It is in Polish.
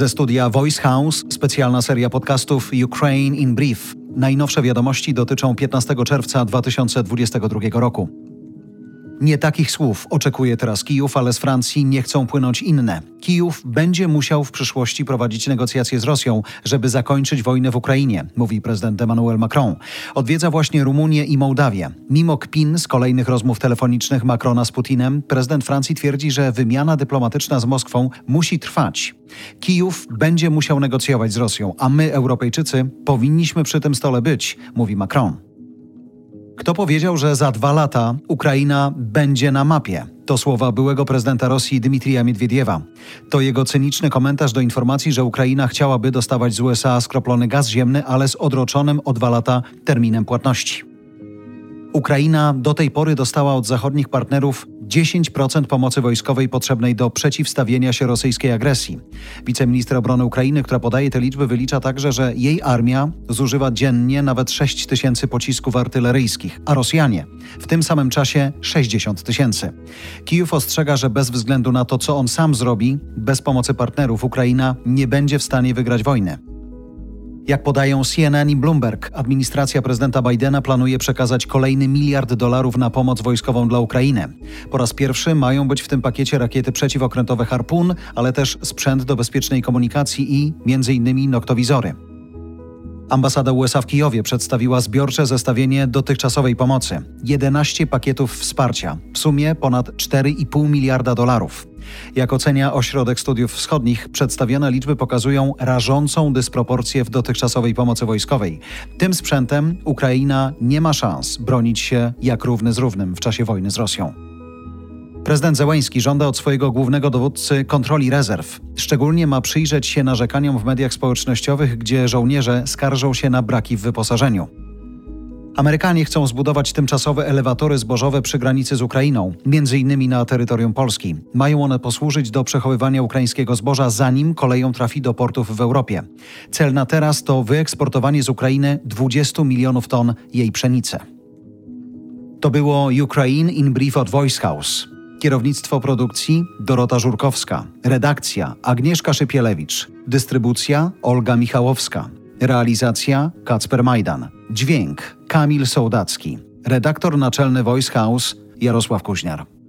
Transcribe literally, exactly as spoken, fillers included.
Ze studia Voice House specjalna seria podcastów Ukraine in Brief. Najnowsze wiadomości dotyczą piętnastego czerwca dwa tysiące dwudziestego drugiego roku. Nie takich słów oczekuje teraz Kijów, ale z Francji nie chcą płynąć inne. Kijów będzie musiał w przyszłości prowadzić negocjacje z Rosją, żeby zakończyć wojnę w Ukrainie, mówi prezydent Emmanuel Macron. Odwiedza właśnie Rumunię i Mołdawię. Mimo kpin z kolejnych rozmów telefonicznych Macrona z Putinem, prezydent Francji twierdzi, że wymiana dyplomatyczna z Moskwą musi trwać. Kijów będzie musiał negocjować z Rosją, a my, Europejczycy, powinniśmy przy tym stole być, mówi Macron. Kto powiedział, że za dwa lata Ukraina będzie na mapie? To słowa byłego prezydenta Rosji Dmitrija Miedwiediewa. To jego cyniczny komentarz do informacji, że Ukraina chciałaby dostawać z U S A skroplony gaz ziemny, ale z odroczonym o dwa lata terminem płatności. Ukraina do tej pory dostała od zachodnich partnerów dziesięć procent pomocy wojskowej potrzebnej do przeciwstawienia się rosyjskiej agresji. Wiceminister obrony Ukrainy, która podaje te liczby, wylicza także, że jej armia zużywa dziennie nawet sześć tysięcy pocisków artyleryjskich, a Rosjanie w tym samym czasie sześćdziesiąt tysięcy. Kijów ostrzega, że bez względu na to, co on sam zrobi, bez pomocy partnerów Ukraina nie będzie w stanie wygrać wojny. Jak podają C N N i Bloomberg, administracja prezydenta Bidena planuje przekazać kolejny miliard dolarów na pomoc wojskową dla Ukrainy. Po raz pierwszy mają być w tym pakiecie rakiety przeciwokrętowe Harpoon, ale też sprzęt do bezpiecznej komunikacji i między innymi noktowizory. Ambasada U S A w Kijowie przedstawiła zbiorcze zestawienie dotychczasowej pomocy. jedenaście pakietów wsparcia, w sumie ponad cztery i pół miliarda dolarów. Jak ocenia Ośrodek Studiów Wschodnich, przedstawione liczby pokazują rażącą dysproporcję w dotychczasowej pomocy wojskowej. Tym sprzętem Ukraina nie ma szans bronić się jak równy z równym w czasie wojny z Rosją. Prezydent Zełenski żąda od swojego głównego dowódcy kontroli rezerw. Szczególnie ma przyjrzeć się narzekaniom w mediach społecznościowych, gdzie żołnierze skarżą się na braki w wyposażeniu. Amerykanie chcą zbudować tymczasowe elewatory zbożowe przy granicy z Ukrainą, między innymi na terytorium Polski. Mają one posłużyć do przechowywania ukraińskiego zboża, zanim koleją trafi do portów w Europie. Cel na teraz to wyeksportowanie z Ukrainy dwudziestu milionów ton jej pszenicy. To było Ukraine in Brief od Voice House. Kierownictwo produkcji Dorota Żurkowska. Redakcja Agnieszka Szypielewicz. Dystrybucja Olga Michałowska. Realizacja Kacper Majdan. Dźwięk Kamil Sołdacki. Redaktor naczelny Voice House Jarosław Kuźniar.